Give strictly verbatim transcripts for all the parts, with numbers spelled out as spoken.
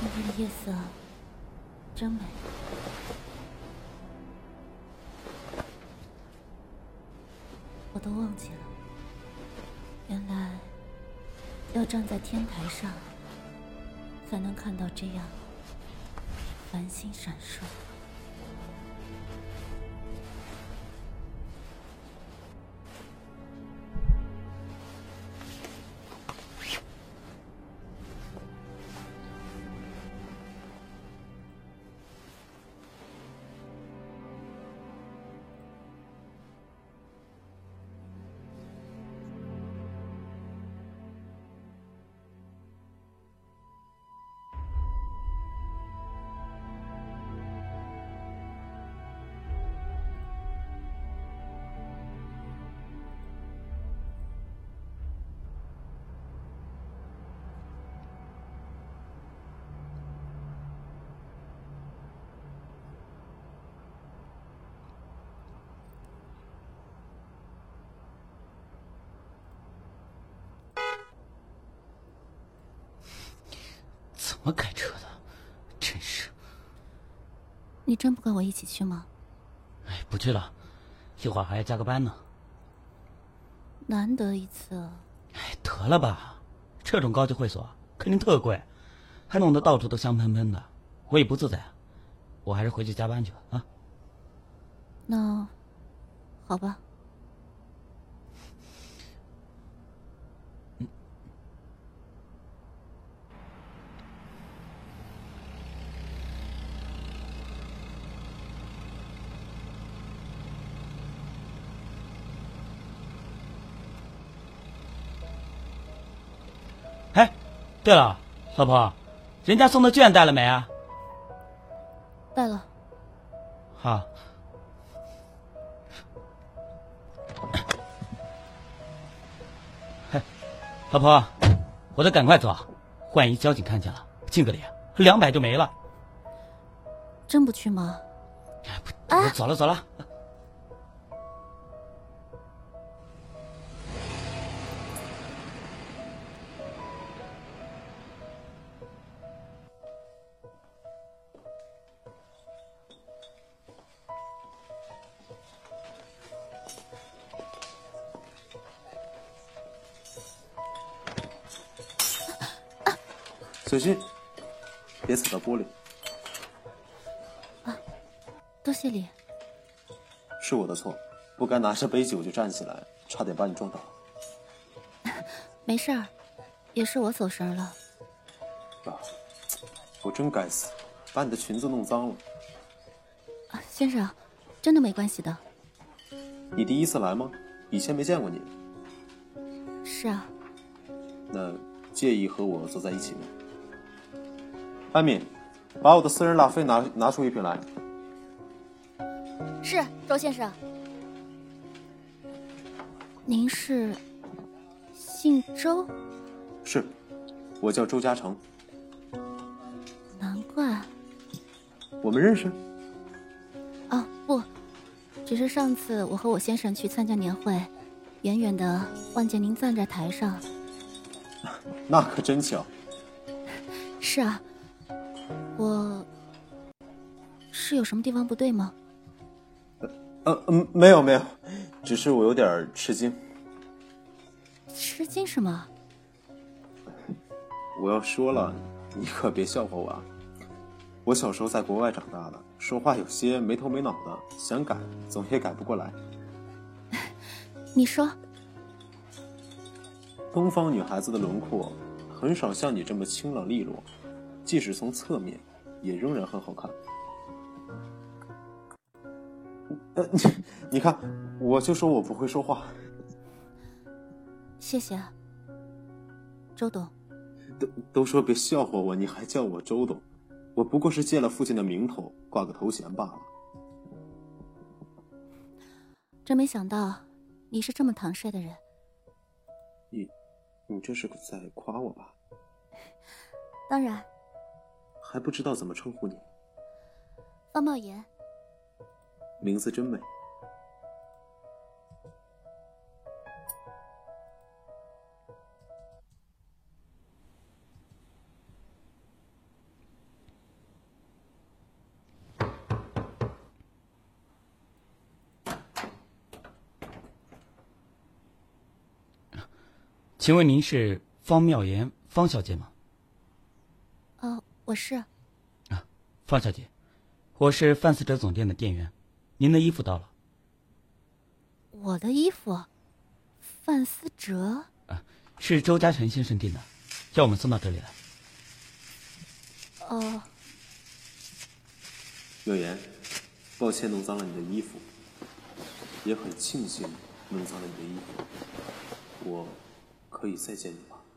今天的夜色真美。我都忘记了，原来要站在天台上，才能看到这样繁星闪烁。 怎么开车的？真是。 你真不跟我一起去吗？ 哎，不去了，一会儿还要加个班呢。 难得一次。 哎，得了吧，这种高级会所肯定特贵，还弄得到处都香喷喷的，我也不自在。我还是回去加班去了啊。 那，好吧。 哎，对了，老婆，人家送的券带了没啊？ 带了。 好。嘿，老婆，我得赶快走，万一交警看见了，敬个礼，两百就没了。 真不去吗？ 哎，不，我走了走了。 小心，别踩到玻璃。 啊，多谢你。 是我的错，不该拿着杯酒就站起来，差点把你撞倒。 没事儿，也是我走神了。 啊，我真该死，把你的裙子弄脏了。 啊，先生，真的没关系的。 你第一次来吗？以前没见过你。 是啊。 那介意和我坐在一起吗？安敏，把我的私人拉菲拿拿出一瓶来。 是，周先生。您是姓周？ 是，我叫周嘉诚。 难怪。 我们认识？ 哦，不，只是上次我和我先生去参加年会，远远的望见您站在台上。 那可真巧。 是啊。我是有什么地方不对吗？ 呃嗯，没有没有，只是我有点吃惊。 吃惊什么？ 我要说了，你可别笑话我啊！我小时候在国外长大的，说话有些没头没脑的，想改总也改不过来。 你说， 东方女孩子的轮廓很少像你这么清冷利落，即使从侧面，也仍然很好看。呃，你你看，我就说我不会说话。 谢谢啊，周董。 都都说别笑话我，你还叫我周董，我不过是借了父亲的名头，挂个头衔罢了。 真没想到你是这么坦率的人。 你，你这是在夸我吧？ 当然。 还不知道怎么称呼你。 方茂言。 名字真美。 请问您是方妙言方小姐吗？ 哦，我是。 啊，方小姐，我是范思哲总店的店员，您的衣服到了。 我的衣服？范思哲？ 啊，是周嘉诚先生订的，要我们送到这里来。 哦。 妙言，抱歉弄脏了你的衣服，也很庆幸弄脏了你的衣服。我可以再见你吗？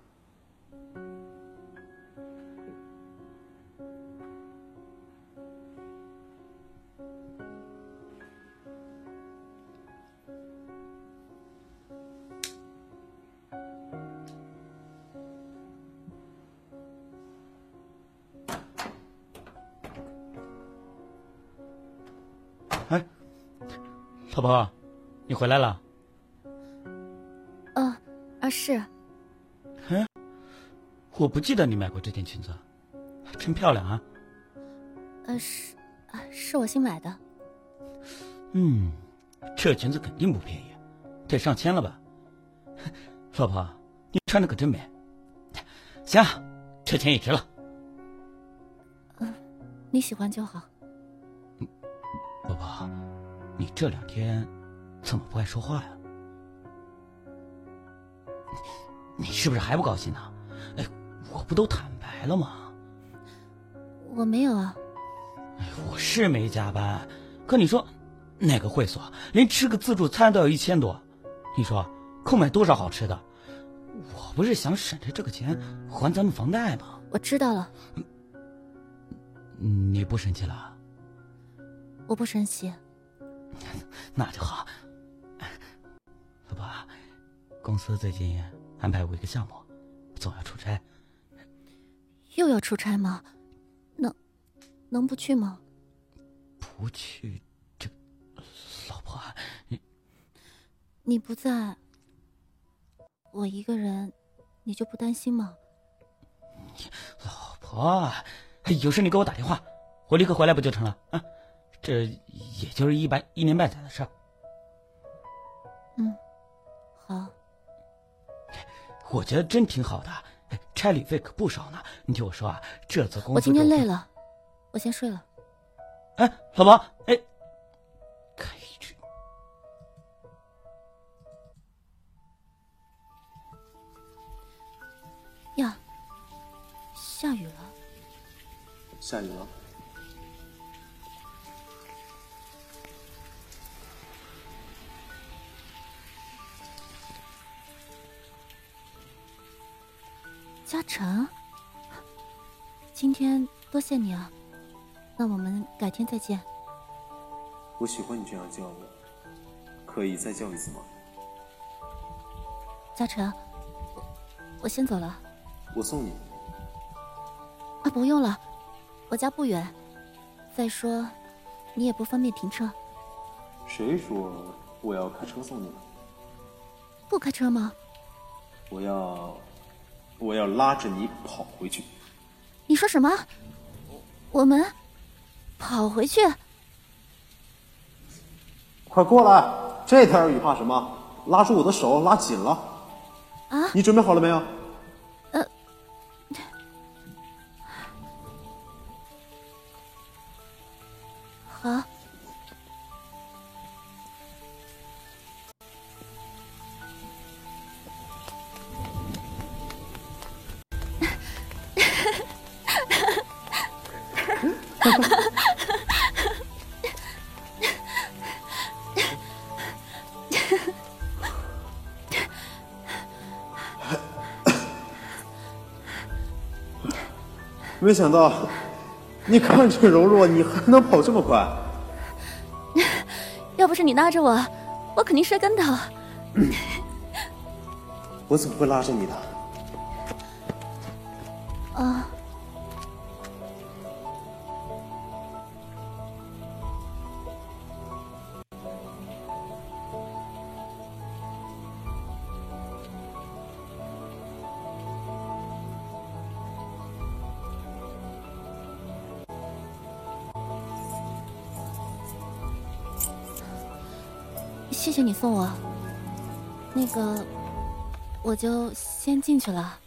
哎，老婆，你回来了？ 嗯、呃，啊是。 哎，我不记得你买过这件裙子，真漂亮啊。 呃是啊，是我新买的。 嗯，这裙子肯定不便宜，得上千了吧？老婆，你穿的可真美。行，这钱也值了。 嗯，你喜欢就好。 老婆，你这两天怎么不爱说话呀？你是不是还不高兴呢？哎，我不都坦白了吗？ 我没有啊。 哎，我是没加班，可你说那个会所连吃个自助餐都要一千多，你说够买多少好吃的？我不是想省着这个钱还咱们房贷吗？ 我知道了。 你不生气了？ 我不生气。 那就好。老婆，公司最近安排我一个项目，总要出差。 又要出差吗？能能不去吗？ 不去，这老婆，你你不在，我一个人，你就不担心吗？ 老婆，有事你给我打电话，我立刻回来不就成了啊？这也就是一百一年半载的事儿。 嗯，好。 我觉得真挺好的，差旅费可不少呢。你听我说啊，这次公司我今天累了，我先睡了。 哎，老婆，哎，开去。 呀，下雨了。 下雨了。 嘉诚，今天多谢你啊，那我们改天再见。 我喜欢你这样叫我，可以再叫一次吗？ 嘉诚，我我先走了。 我送你。 啊，不用了，我家不远。再说，你也不方便停车。 谁说我要开车送你的？ 不开车吗？ 我要。我要拉着你跑回去。 你说什么？我们跑回去？ 快过来！这天雨怕什么？拉住我的手，拉紧了。 啊？ 你准备好了没有？ 呃。好。 没想到，你看着柔弱，你还能跑这么快。 要不是你拉着我，我肯定摔跟头。 嗯、我怎么会拉着你的？ 啊。谢谢你送我。那个， 我就先进去了。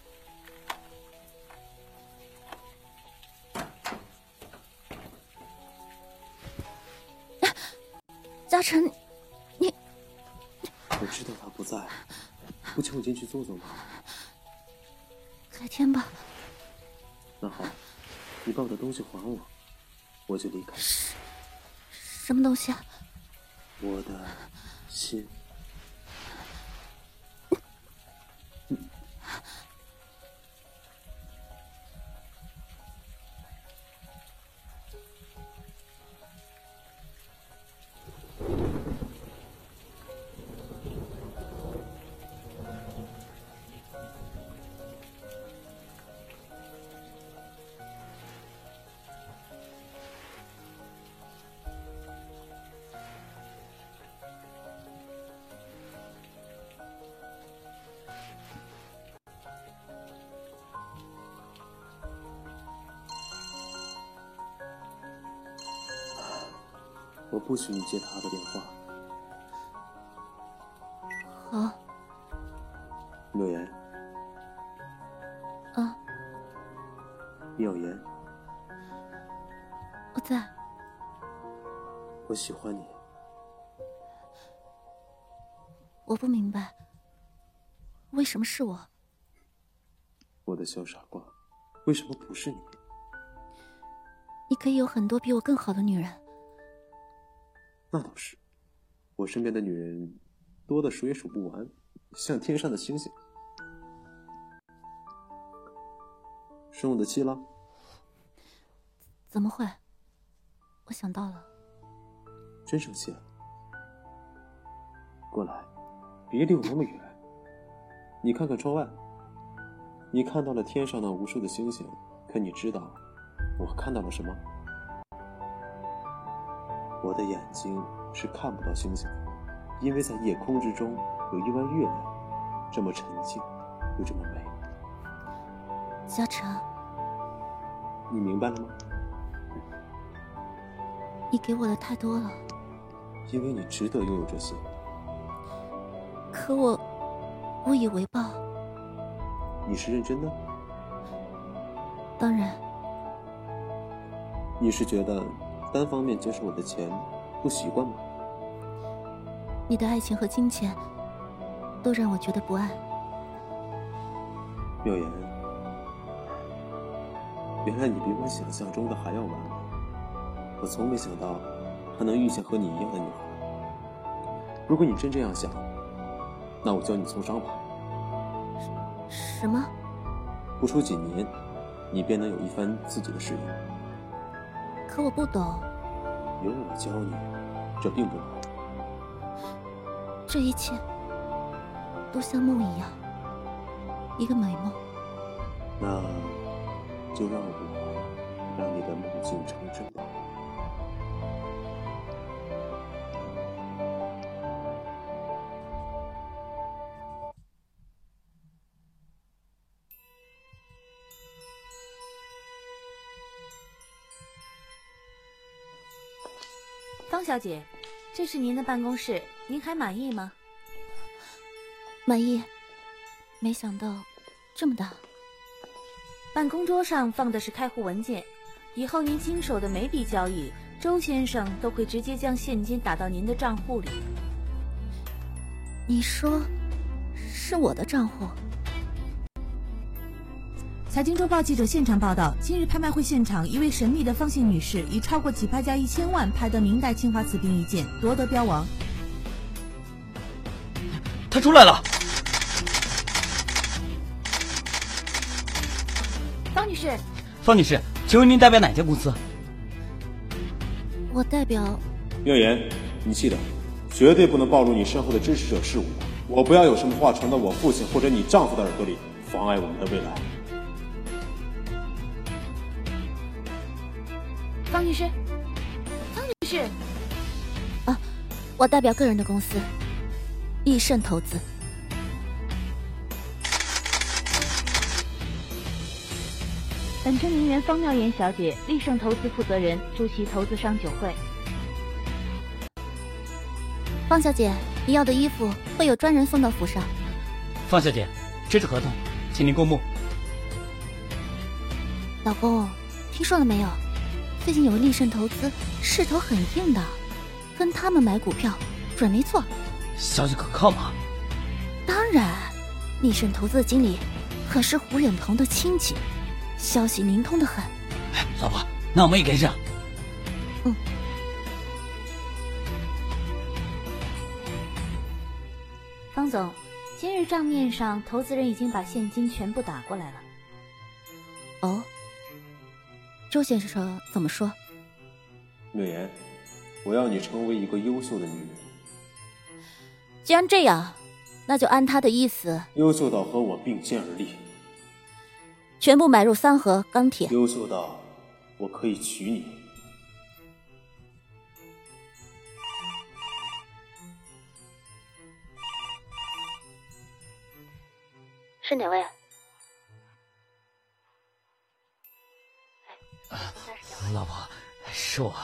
嘉诚，你…… 我知道他不在，不请我进去坐坐吗？ 改天吧。 那好，你把我的东西还我，我就离开。 什什么东西啊？ 我的心。我不许你接他的电话。 好。 妙言。 啊。 妙言。 我在。 我喜欢你。 我不明白，为什么是我？ 我的小傻瓜，为什么不是你？ 你可以有很多比我更好的女人。 那倒是，我身边的女人多的数也数不完，像天上的星星。生我的气了？ 怎么会？我想到了。 真生气了？过来，别离我那么远。你看看窗外，你看到了天上那无数的星星，可你知道我看到了什么？我的眼睛是看不到星星的，因为在夜空之中有一弯月亮，这么沉静又这么美。 嘉诚， 你明白了吗？ 你给我的太多了， 因为你值得拥有这些。 可我无以为报。 你是认真的？ 当然。 你是觉得单方面接受我的钱不习惯吗？ 你的爱情和金钱都让我觉得不安。 妙言，原来你比我想象中的还要完美。我从没想到还能遇见和你一样的女孩。如果你真这样想，那我教你从商吧。 什么？ 不出几年，你便能有一番自己的事业。 可我不懂。 有我教你，这并不难。 这一切都像梦一样，一个美梦。 那就让我让你的梦境成真吧。 方小姐，这是您的办公室，您还满意吗？ 满意。没想到这么大。 办公桌上放的是开户文件，以后您经手的每笔交易，周先生都会直接将现金打到您的账户里。 你说是我的账户？ 财经周报记者现场报道，今日拍卖会现场，一位神秘的方姓女士以超过起拍价一千万拍得明代青花瓷冰一件，夺得标王。 她出来了。 方女士， 方女士，请问您代表哪家公司？ 我代表。 妙言，你记得，绝对不能暴露你身后的支持者事务。我不要有什么话传到我父亲或者你丈夫的耳朵里，妨碍我们的未来。 方女士，方女士， 啊，我代表个人的公司，益盛投资。 本村名媛方妙妍小姐，利盛投资负责人，出席投资商酒会。 方小姐，你要的衣服会有专人送到府上。 方小姐， 这是合同，请您过目。 老公，听说了没有？最近有个立盛投资，势头很硬的，跟他们买股票准没错。 消息可靠吗？ 当然，立盛投资的经理可是胡远鹏的亲戚，消息灵通的很。 哎，老婆，那我们也跟上。 嗯。 方总，今日账面上投资人已经把现金全部打过来了。 哦，周先生怎么说？ 美妍，我要你成为一个优秀的女人。 既然这样，那就按他的意思， 优秀到和我并肩而立， 全部买入三和钢铁。 优秀到我可以娶你。 是哪位？ 老婆，是我。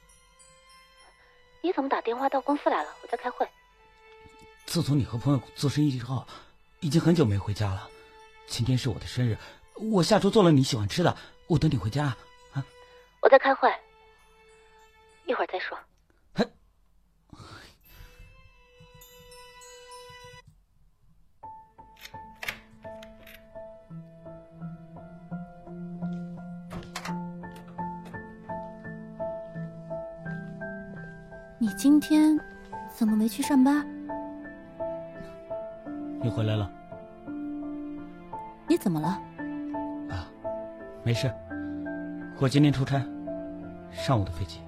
你怎么打电话到公司来了？我在开会。 自从你和朋友做生意之后，已经很久没回家了。今天是我的生日，我下厨做了你喜欢吃的，我等你回家啊。 我在开会，一会儿再说。你今天怎么没去上班？ 你回来了。 你怎么了？ 啊，没事，我今天出差，上午的飞机。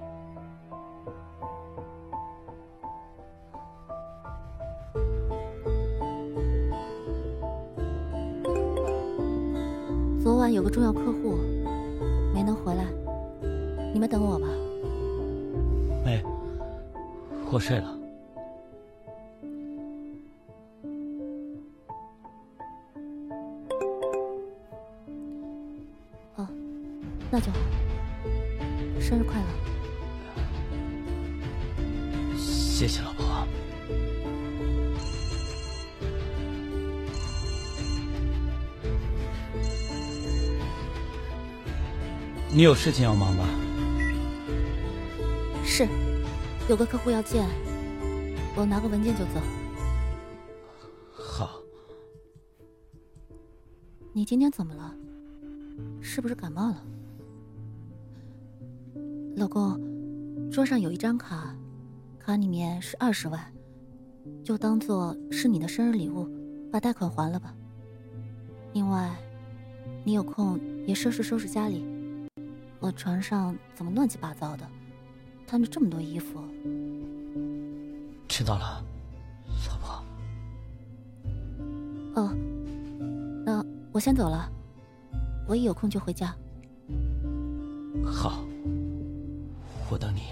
昨晚有个重要客户没能回来，你们等我吧。 没，我睡了。 哦，那就好。生日快乐！ 谢谢老婆。你有事情要忙吧？ 是，有个客户要见，我拿个文件就走。 好。 你今天怎么了？是不是感冒了？老公，桌上有一张卡，卡里面是二十万，就当做是你的生日礼物，把贷款还了吧。另外，你有空也收拾收拾家里，我床上怎么乱七八糟的，摊着这么多衣服。 知道了，老婆。 哦，那我先走了，我一有空就回家。 好，我等你。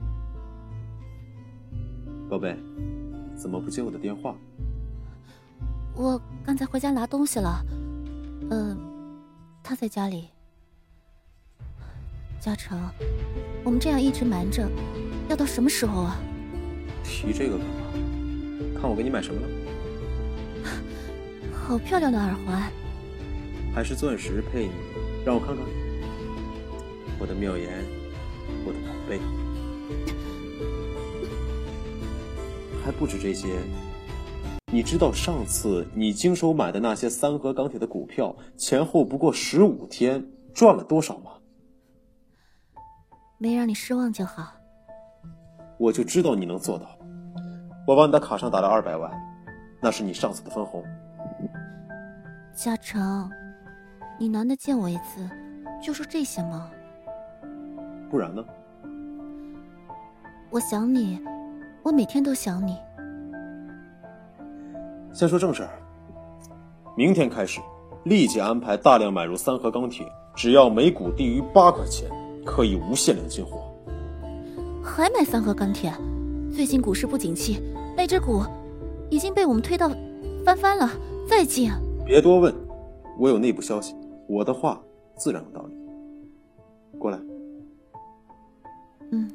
宝贝，怎么不接我的电话？ 我刚才回家拿东西了，嗯、呃，他在家里。嘉诚，我们这样一直瞒着，要到什么时候啊？ 提这个干嘛？看我给你买什么了？ 好漂亮的耳环， 还是钻石配你？让我看看。我的妙言，我的宝贝。还不止这些，你知道上次你经手买的那些三和钢铁的股票，前后不过十五天，赚了多少吗？ 没让你失望就好。 我就知道你能做到。我往你的卡上打了二百万，那是你上次的分红。 嘉诚，你难得见我一次，就说这些吗？ 不然呢？ 我想你，我每天都想你。 先说正事儿，明天开始，立即安排大量买入三和钢铁，只要每股低于八块钱，可以无限量进货。 还买三和钢铁？最近股市不景气，那只股已经被我们推到翻番了，再进。 别多问，我有内部消息，我的话自然有道理。过来。 嗯，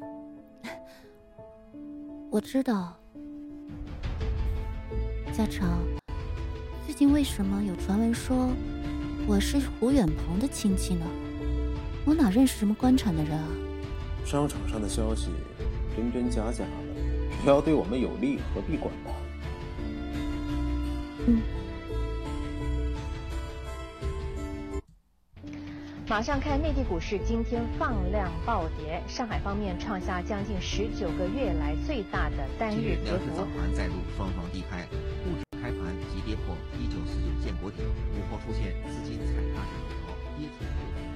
我知道。嘉诚， 最近为什么有传闻说我是胡远鹏的亲戚呢？我哪认识什么官场的人啊？ 商场上的消息真真假假的，只要对我们有利，何必管它？ 嗯。 马上看内地股市今天放量暴跌，上海方面创下将近十九个月来最大的单日跌幅。 早盘再度双双低开，沪指开盘即跌破一九四九建国顶，午后出现资金踩踏式回调，跌停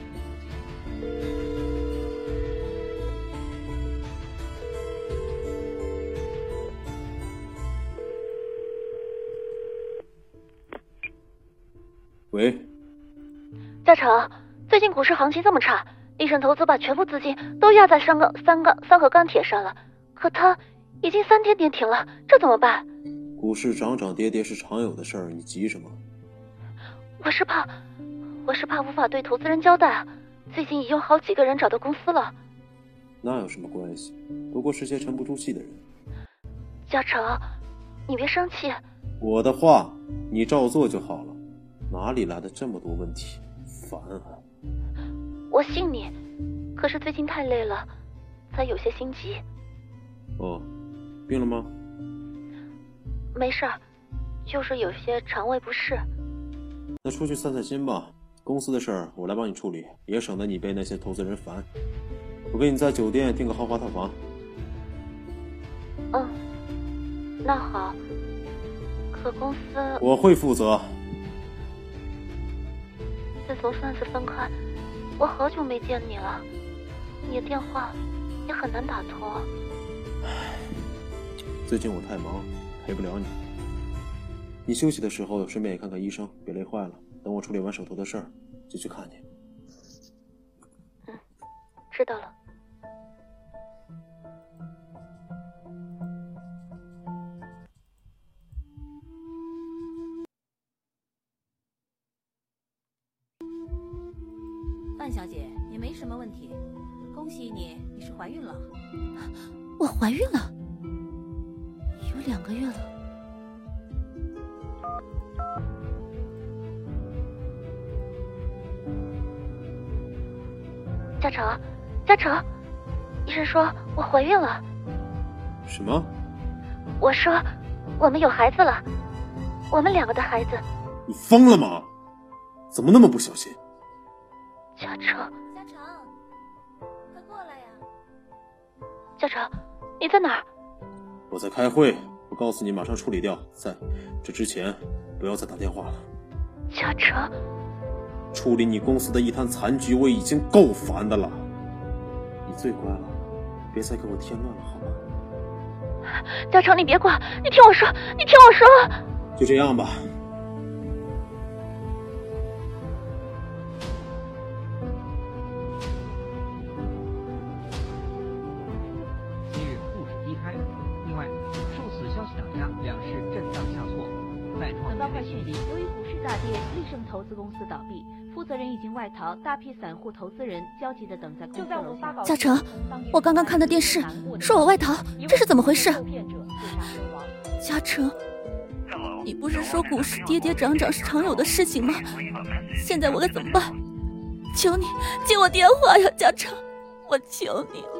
喂， 嘉诚，最近股市行情这么差，立盛投资把全部资金都压在三钢、三钢、三和钢铁上了，可它已经三天跌停了，这怎么办？ 股市涨涨跌跌是常有的事儿，你急什么？ 我是怕，我是怕无法对投资人交代啊。最近已有好几个人找到公司了。 那有什么关系？不过是些沉不住气的人。 嘉诚，你别生气。 我的话你照做就好了，哪里来的这么多问题？烦啊！ 我信你，可是最近太累了，才有些心急。 哦，病了吗？ 没事儿，就是有些肠胃不适。 那出去散散心吧，公司的事儿我来帮你处理，也省得你被那些投资人烦。我给你在酒店订个豪华套房。 嗯，那好。可公司我会负责。 自从上次分开，我好久没见你了，你的电话也很难打通。 最近我太忙，陪不了你。你休息的时候顺便也看看医生，别累坏了。等我处理完手头的事儿，就去看你。 嗯，知道了。 范小姐，也没什么问题，恭喜你，你是怀孕了。 我怀孕了，有两个月了。 嘉诚，嘉诚，医生说我怀孕了。 什么？ 我说我们有孩子了，我们两个的孩子。 你疯了吗？怎么那么不小心？ 嘉诚， 嘉诚，快过来呀！ 嘉诚，你在哪儿？ 我在开会，我告诉你马上处理掉，在这之前不要再打电话了。 嘉诚， 处理你公司的一摊残局我已经够烦的了，你最乖了，别再给我添乱了好吗？ 嘉诚，你别管，你听我说，你听我说。 就这样吧。 报快讯，由于股市大跌，立盛投资公司倒闭，负责人已经外逃，大批散户投资人焦急地等在公司楼下。 嘉诚，我刚刚看的电视说我外逃，这是怎么回事？嘉诚，你不是说股市跌跌涨涨是常有的事情吗？现在我该怎么办？求你接我电话呀，嘉诚，我求你了。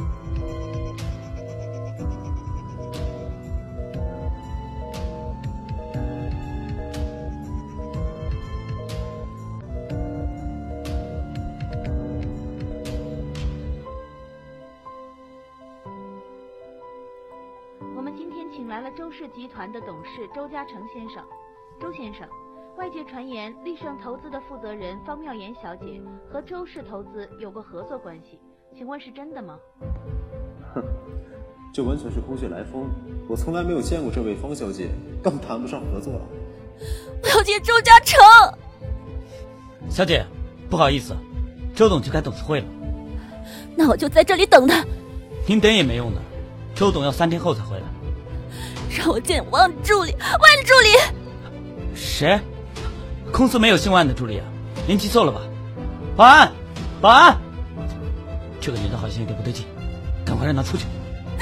请来了周氏集团的董事周嘉诚先生。周先生，外界传言立盛投资的负责人方妙妍小姐和周氏投资有过合作关系，请问是真的吗？ 哼，这完全是空穴来风，我从来没有见过这位方小姐，更谈不上合作了。 我要见周嘉诚。 小姐，不好意思，周董去开董事会了。 那我就在这里等他。 您等也没用的，周董要三天后才回来。 让我见汪助理，万助理。 谁？公司没有姓万的助理啊？您记错了吧？保安，保安！这个女的好像有点不对劲，赶快让她出去。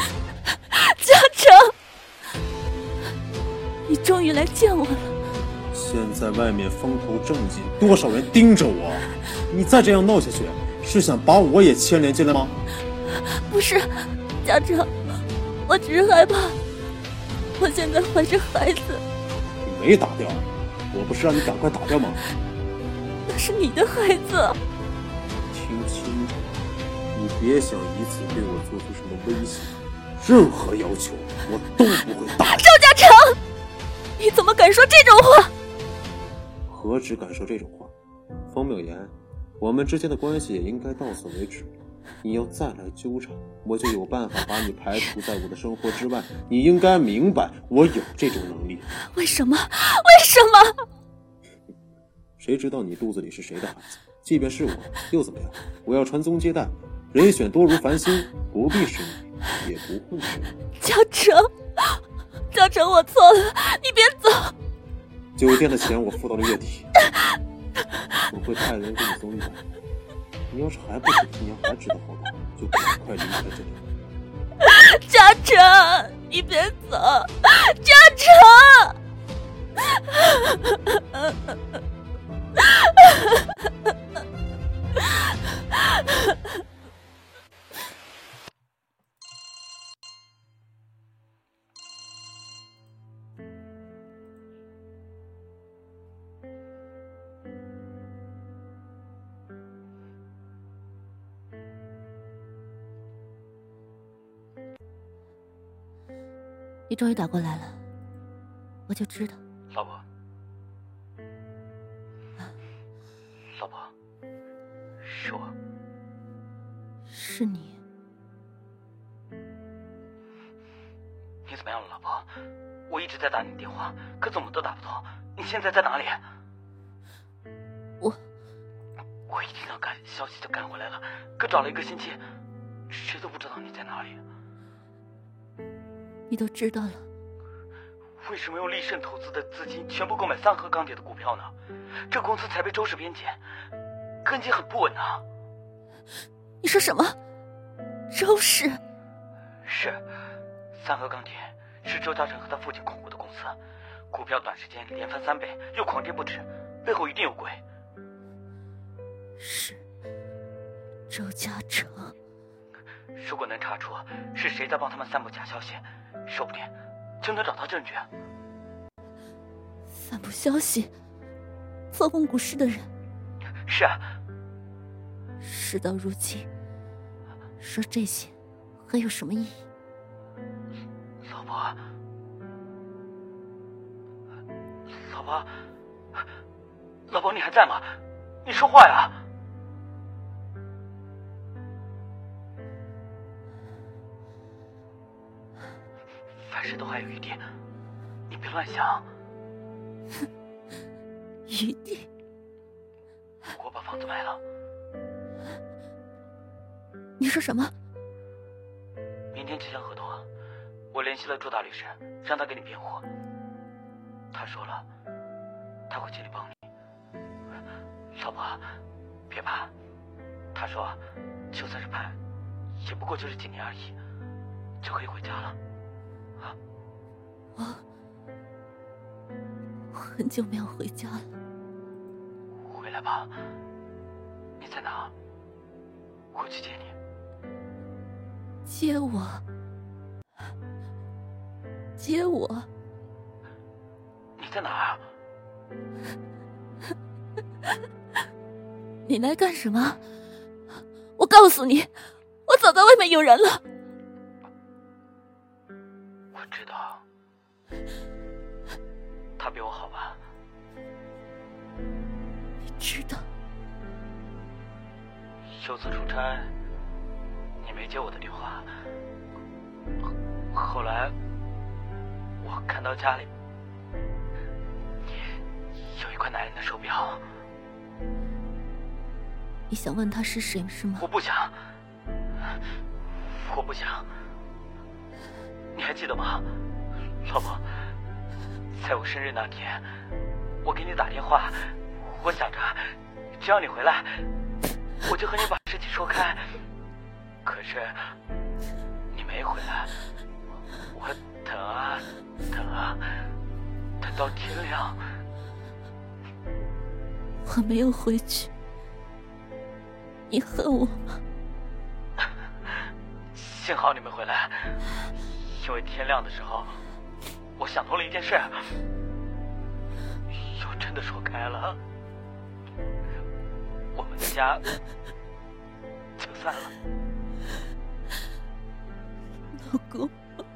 嘉诚，你终于来见我了。 现在外面风头正劲，多少人盯着我，你再这样闹下去，是想把我也牵连进来吗？ 不是，家长，我只是害怕，我现在怀着孩子。 你没打掉，我不是让你赶快打掉吗？ 那是你的孩子。 听清楚，你别想以此对我做出什么威胁，任何要求我都不会答应。 周家成，你怎么敢说这种话？ 何止敢说这种话，方妙言，我们之间的关系也应该到此为止。你要再来纠缠，我就有办法把你排除在我的生活之外。你应该明白，我有这种能力。 为什么？为什么？ 谁知道你肚子里是谁的孩子？即便是我，又怎么样？我要传宗接代，人选多如繁星，不必是你，也不会是你。 嘉诚，嘉诚，我错了，你别走。 酒店的钱我付到了月底，我会派人给你送一百。你要是还不知你要还知道好歹，就赶快离开这里。 嘉诚，你别走，嘉诚。你终于打过来了，我就知道。 老婆，老婆，是我。 是你。 你怎么样了，老婆？我一直在打你电话，可怎么都打不通。你现在在哪里？ 我我一听到赶消息就赶回来了，可找了一个星期，谁都不知道你在哪里。 你都知道了， 为什么用立盛投资的资金全部购买三和钢铁的股票呢？这公司才被周氏编减，根基很不稳啊。 你说什么？周氏？ 是，三和钢铁是周嘉诚和他父亲控股的公司，股票短时间连翻三倍，又狂跌不止，背后一定有鬼。 是周嘉诚。 如果能查出是谁在帮他们散布假消息，说不定就能找到证据。 散布消息，操控股市的人。 是啊。 事到如今，说这些还有什么意义？ 老婆，老婆，老婆，你还在吗？你说话呀！凡事都还有余地，你别乱想。 余地？ 我把房子卖了。 你说什么？ 明天即将合同，我联系了朱大律师，让他给你辩护。他说了，他会尽力帮你。老婆，别怕。他说，就算是判，也不过就是几年而已，就可以回家了。啊， 我我很久没有回家了。 回来吧。你在哪？我去接你。 接我？接我？ 你在哪儿？ 你来干什么？我告诉你，我早在外面有人了。 我知道，他比我好吧？ 你知道？ 有次出差，你没接我的电话。后来，我看到家里有一块男人的手表。 你想问他是谁是吗？ 我不想，我不想。你还记得吗，老婆？在我生日那天，我给你打电话，我想着只要你回来，我就和你把事情说开。可是你没回来，我等啊等啊，等到天亮， 我没有回去，你恨我吗？ 幸好你们回来，因为天亮的时候，我想通了一件事，又真的说开了，我们的家就散了。 老公，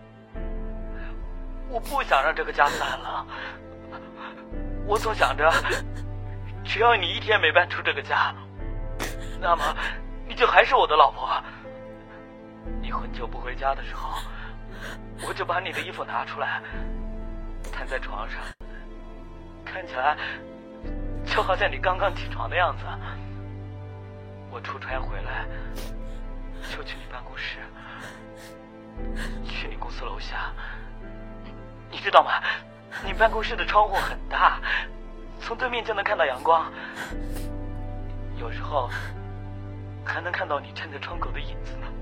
我不想让这个家散了，我总想着，只要你一天没搬出这个家，那么你就还是我的老婆。你很久不回家的时候，我就把你的衣服拿出来，摊在床上，看起来就好像你刚刚起床的样子。我出差回来，就去你办公室，去你公司楼下。你知道吗？你办公室的窗户很大，从对面就能看到阳光，有时候还能看到你站在窗口的影子呢。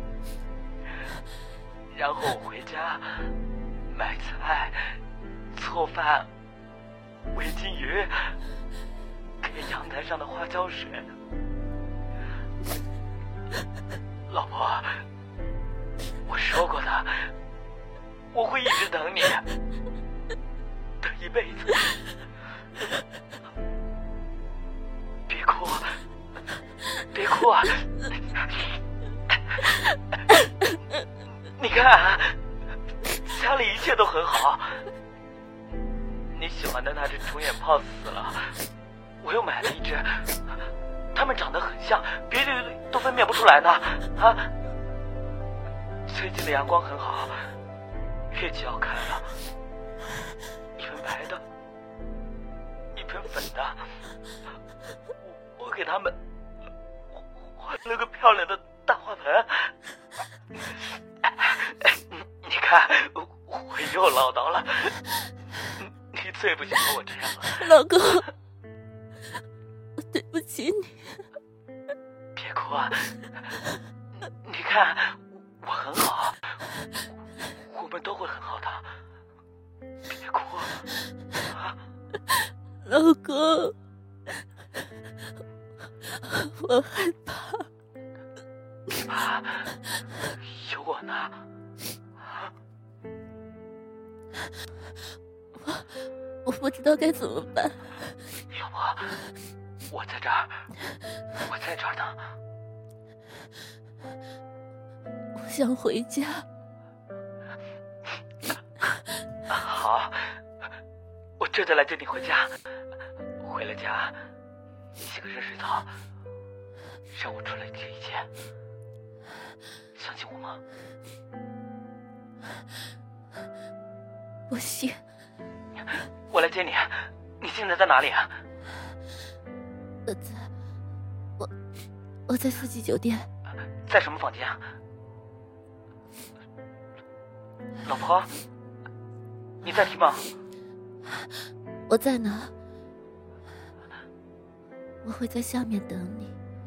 然后我回家买菜、做饭、喂金鱼，给阳台上的花浇水。老婆，我说过的，我会一直等你，等一辈子。别哭，别哭啊！你看，家里一切都很好。你喜欢的那只虫眼泡死了，我又买了一只，它们长得很像，别人都分辨不出来呢。啊！最近的阳光很好，月季要开了，一盆白的，一盆粉的，我我给他们换了个漂亮的大花盆。你看，我又唠叨了，你最不喜欢我这样了。 老公，我对不起你。 别哭啊！你看，我很好，我们都会很好的。别哭啊！ 老公，我害怕。 别怕，有我呢。 我我不知道该怎么办。 老婆，我在这儿，我在这儿呢。 我想回家。 好，我这就来接你回家。回了家，洗个热水澡，让我出来接一接。相信我吗？ 我信。 我来接你。你现在在哪里啊？ 我在，我我在四季酒店。 在什么房间啊？老婆，你在听吗？ 我在哪？我会在下面等你。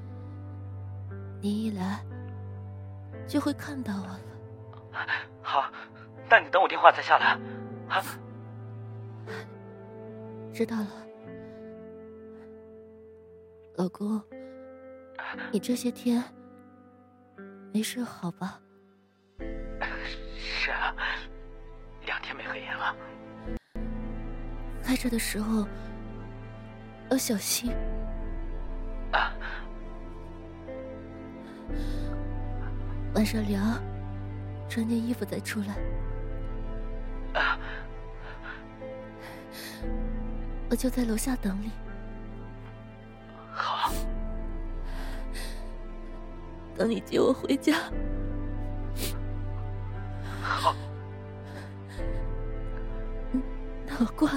你一来，就会看到我了。 好，那你等我电话再下来。啊， 知道了。老公，你这些天没睡好吧？ 是啊，两天没合眼了。 开车的时候要小心。 啊， 晚上凉，穿件衣服再出来。 啊， 我就在楼下等你。 好， 等你接我回家。 好， 嗯，那我挂了。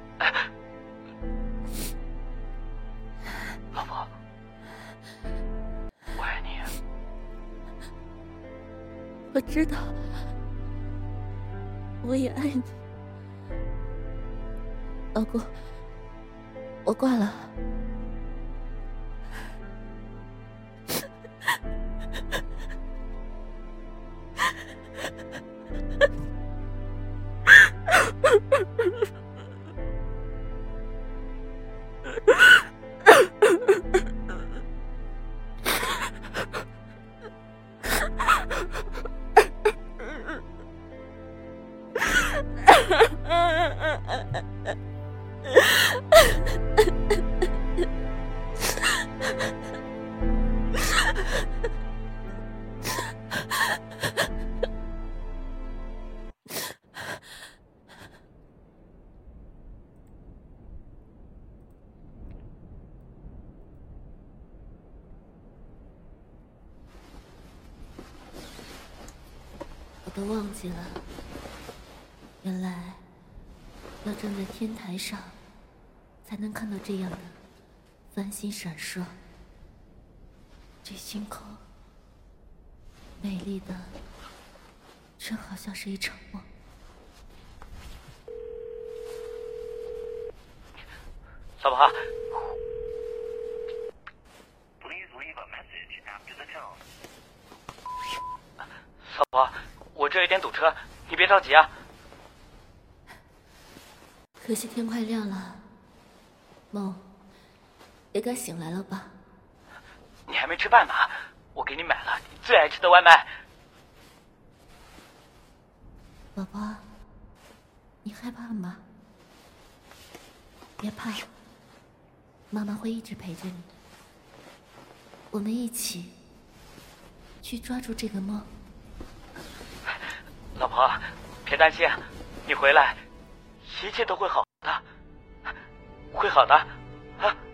老婆，我爱你。 我知道，我也爱你。老公，我挂了。 都忘记了，原来要站在天台上，才能看到这样的繁星闪烁。这星空，美丽的，却好像是一场梦。 老婆。老婆，我这有点堵车，你别着急啊。 可惜天快亮了，梦也该醒来了吧？ 你还没吃饭呢，我给你买了你最爱吃的外卖。 宝宝，你害怕吗？别怕，妈妈会一直陪着你。我们一起去抓住这个梦。 老婆，别担心，你回来，一切都会好的，会好的，啊。